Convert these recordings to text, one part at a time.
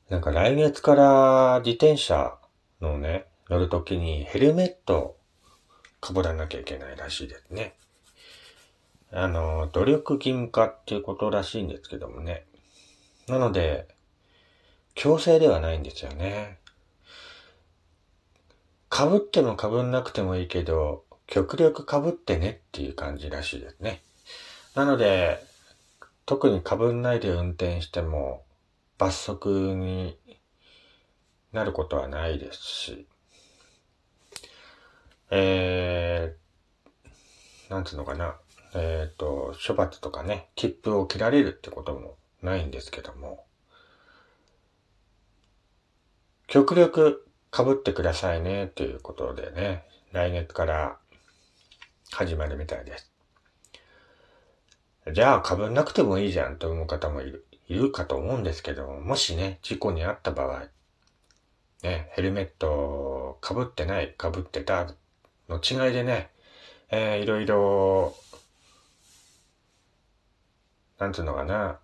なんか来月から自転車のね、乗るときにヘルメットを被らなきゃいけないらしいですね。努力義務化っていうことらしいんですけどもね。なので、強制ではないんですよね。被っても被んなくてもいいけど、極力被ってねっていう感じらしいですね。なので、特に被んないで運転しても罰則になることはないですし、えなんつうのかな。処罰とかね、切符を切られるってこともないんですけども、極力被ってくださいねということでね、来月から始まるみたいです。じゃあ被んなくてもいいじゃんと思う方もいるかと思うんですけども、もしね、事故に遭った場合、ね、ヘルメット被ってない、被ってたの違いでね、いろいろ、なんつうのかな、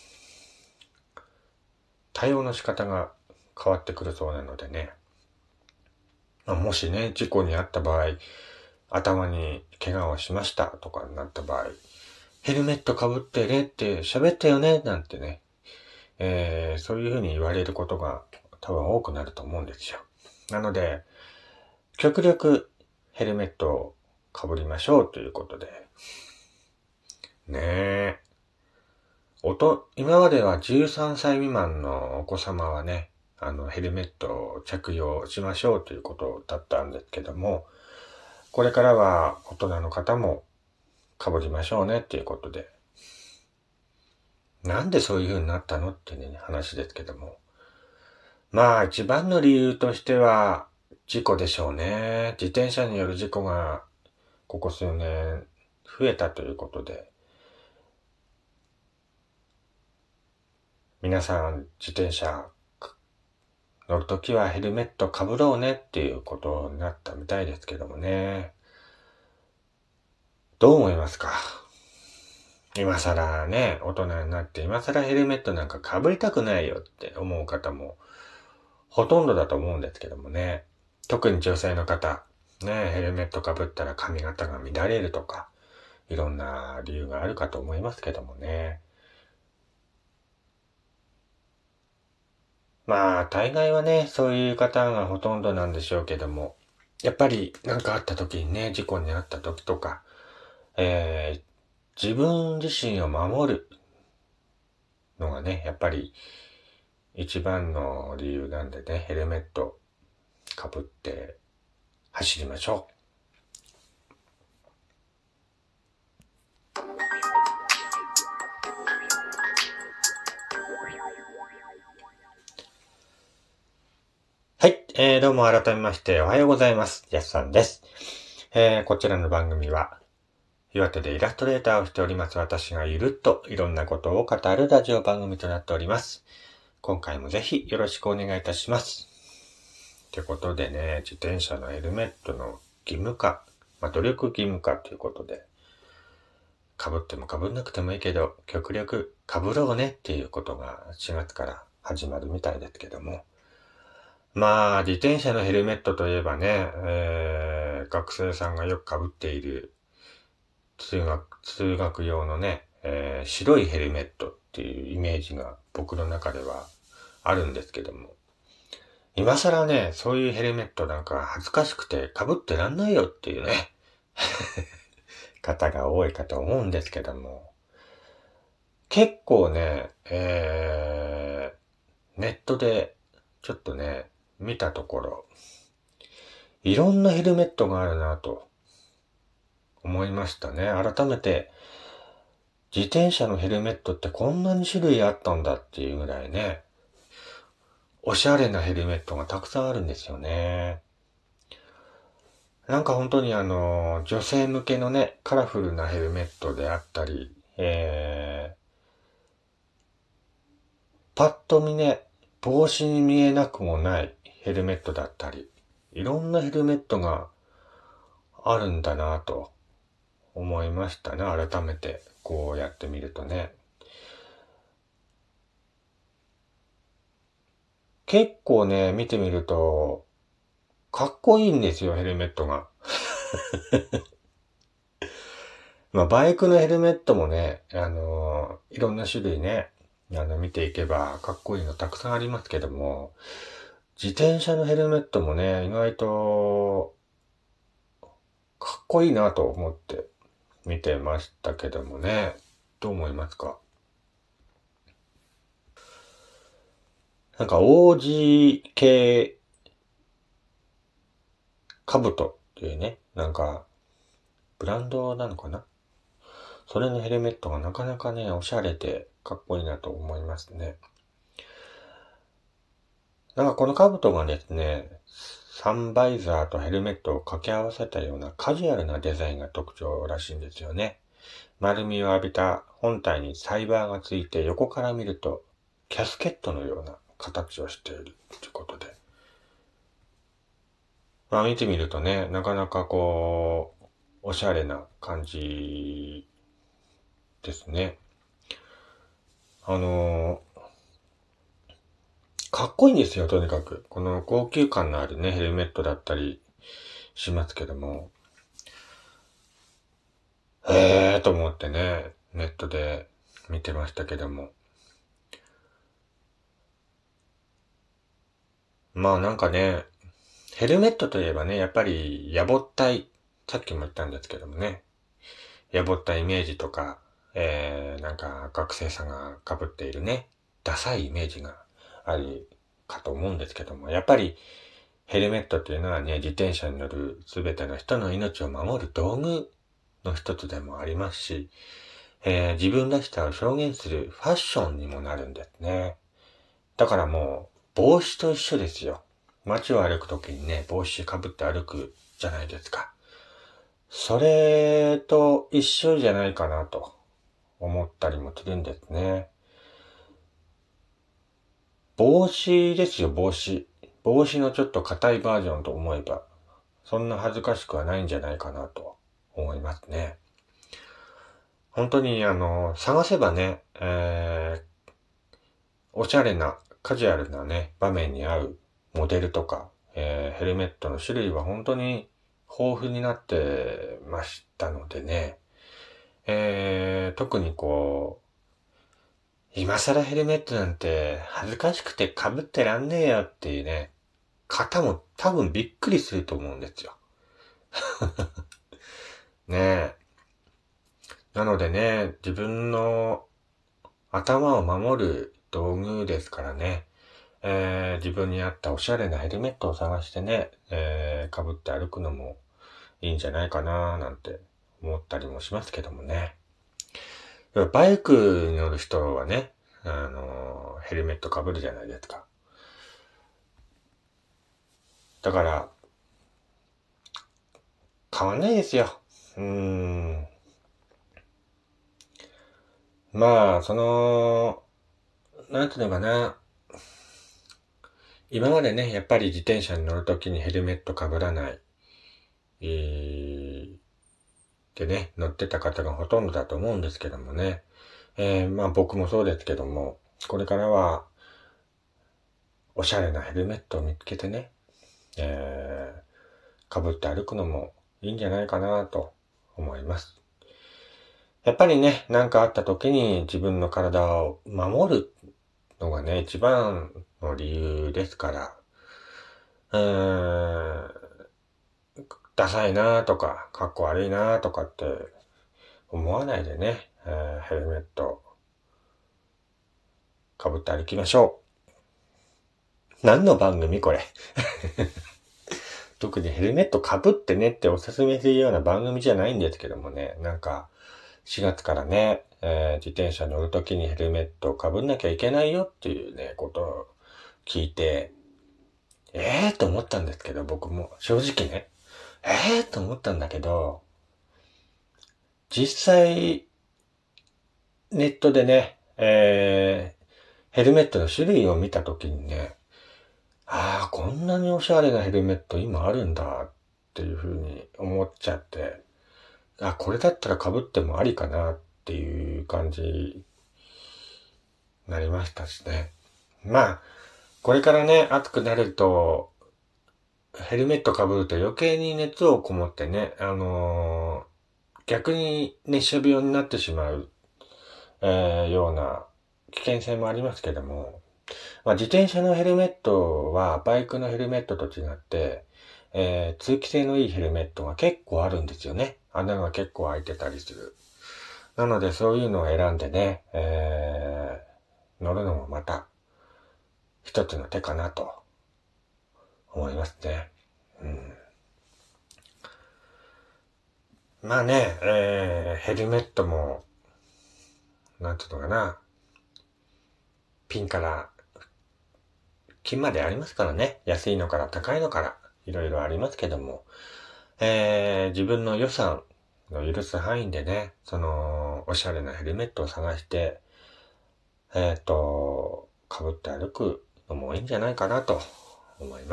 対応の仕方が変わってくるそうなのでね、もしね、事故に遭った場合、頭に怪我をしましたとかになった場合、ヘルメット被ってねって喋ったよねなんてね、そういうふうに言われることが多分多くなると思うんですよ。なので、極力ヘルメットを被りましょうということで。ねえ。今までは13歳未満のお子様はね、ヘルメットを着用しましょうということだったんですけども、これからは大人の方も被りましょうねっていうことで。なんでそういう風になったのっていうね、話ですけども。まあ一番の理由としては事故でしょうね。自転車による事故がここ数年増えたということで。皆さん自転車乗るときはヘルメット被ろうねっていうことになったみたいですけどもね。どう思いますか？今更ね、大人になって今更ヘルメットなんか被りたくないよって思う方もほとんどだと思うんですけどもね。特に女性の方、ね、ヘルメット被ったら髪型が乱れるとか、いろんな理由があるかと思いますけどもね。まあ、大概はね、そういう方がほとんどなんでしょうけども、やっぱり何かあった時にね、事故に遭った時とか、自分自身を守るのがね、やっぱり一番の理由なんでね、ヘルメット被って走りましょう。はい、どうも改めましておはようございます。やすさんです。こちらの番組は、岩手でイラストレーターをしております私がゆるっといろんなことを語るラジオ番組となっております。今回もぜひよろしくお願いいたします。ということでね、自転車のヘルメットの義務化、努力義務化ということで、被っても被んなくてもいいけど、極力被ろうねっていうことが4月から始まるみたいですけども、まあ、自転車のヘルメットといえばね、学生さんがよく被っている通学用のね、白いヘルメットっていうイメージが僕の中ではあるんですけども、今更ね、そういうヘルメットなんか恥ずかしくて被ってらんないよっていうね、方が多いかと思うんですけども、結構ね、ネットでちょっとね、見たところ、いろんなヘルメットがあるなと思いましたね。改めて、自転車のヘルメットってこんなに種類あったんだっていうぐらいね、おしゃれなヘルメットがたくさんあるんですよね。なんか本当に女性向けのね、カラフルなヘルメットであったり、パッと見ね、帽子に見えなくもないヘルメットだったり、いろんなヘルメットがあるんだなぁと思いましたね。改めてこうやってみるとね。 結構ね、見てみると、かっこいいんですよ、ヘルメットが。まあ、バイクのヘルメットもね、いろんな種類ね、見ていけばかっこいいのたくさんありますけども、自転車のヘルメットもね、意外と、かっこいいなと思って見てましたけどもね、どう思いますか？なんか OG 系カブトっていうね、なんか、ブランドなのかな？それのヘルメットがなかなかね、おしゃれでかっこいいなと思いますね。なんかこの兜がですね、サンバイザーとヘルメットを掛け合わせたようなカジュアルなデザインが特徴らしいんですよね。丸みを浴びた本体にサイバーがついて横から見るとキャスケットのような形をしているということで。まあ見てみるとね、なかなかこう、おしゃれな感じですね。かっこいいんですよ、とにかく。この高級感のあるね、ヘルメットだったりしますけども。と思ってね、ネットで見てましたけども。まあなんかね、ヘルメットといえばね、やっぱりやぼったい、さっきも言ったんですけどもね、やぼったイメージとか、なんか学生さんが被っているね、ダサいイメージがあるかと思うんですけども、やっぱりヘルメットっていうのはね、自転車に乗るすべての人の命を守る道具の一つでもありますし、自分らしさを表現するファッションにもなるんですね。だからもう、帽子と一緒ですよ。街を歩くときにね、帽子かぶって歩くじゃないですか。それと一緒じゃないかなと思ったりもするんですね。帽子ですよ、帽子。帽子のちょっと硬いバージョンと思えば、そんな恥ずかしくはないんじゃないかなと思いますね。本当に探せばね、おしゃれな、カジュアルなね、場面に合うモデルとか、ヘルメットの種類は本当に豊富になってましたのでね、特にこう、今更ヘルメットなんて恥ずかしくて被ってらんねえよっていうね、方も多分びっくりすると思うんですよ。ねえ。なのでね、自分の頭を守る道具ですからね、自分に合ったおしゃれなヘルメットを探してね、被って歩くのもいいんじゃないかななんて思ったりもしますけどもね。バイクに乗る人はね、ヘルメット被るじゃないですか。だから、変わんないですよ。まあ、なんていうのかな。今までね、やっぱり自転車に乗るときにヘルメット被らない、でね、乗ってた方がほとんどだと思うんですけどもね。まあ僕もそうですけども、これからは、おしゃれなヘルメットを見つけてね、被って歩くのもいいんじゃないかなと思います。やっぱりね、何かあった時に自分の体を守るのがね、一番の理由ですから、ダサいなとか、かっこ悪いなとかって思わないでね、ヘルメット被って歩きましょう。何の番組これ。特にヘルメット被ってねっておすすめするような番組じゃないんですけどもね、なんか4月からね、自転車乗るときにヘルメットを被んなきゃいけないよっていうね、ことを聞いて、と思ったんですけど、僕も正直ね、と思ったんだけど、実際、ネットでね、ヘルメットの種類を見たときにね、こんなにおしゃれなヘルメット今あるんだっていう風に思っちゃって、これだったら被ってもありかなっていう感じになりましたしね。まあ、 これからね、暑くなると、ヘルメット被ると余計に熱をこもってね、逆に熱射病になってしまう、ような危険性もありますけども、自転車のヘルメットはバイクのヘルメットと違って、通気性のいいヘルメットが結構あるんですよね。穴が結構開いてたりする。なのでそういうのを選んでね、乗るのもまた一つの手かなと思いますね。まあね、ヘルメットも、なんていうのかな、ピンから金までありますからね。安いのから高いのからいろいろありますけども、自分の予算の許す範囲でね、おしゃれなヘルメットを探して、被って歩くのもいいんじゃないかなと思います。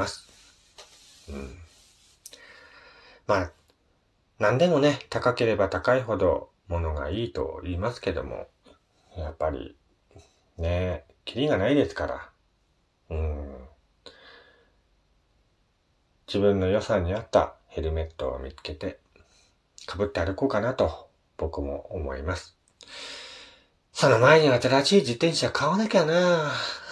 まあ、何でもね、高ければ高いほど物がいいと言いますけども、やっぱり、ね、キリがないですから、自分の予算に合ったヘルメットを見つけて、被って歩こうかなと、僕も思います。その前に新しい自転車買わなきゃな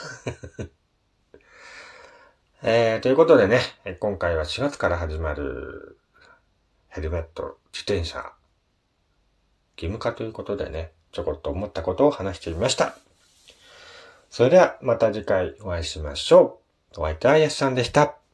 ということでね、今回は4月から始まるヘルメット、自転車、義務化ということでね、ちょこっと思ったことを話してみました。それではまた次回お会いしましょう。お相手はやすさんでした。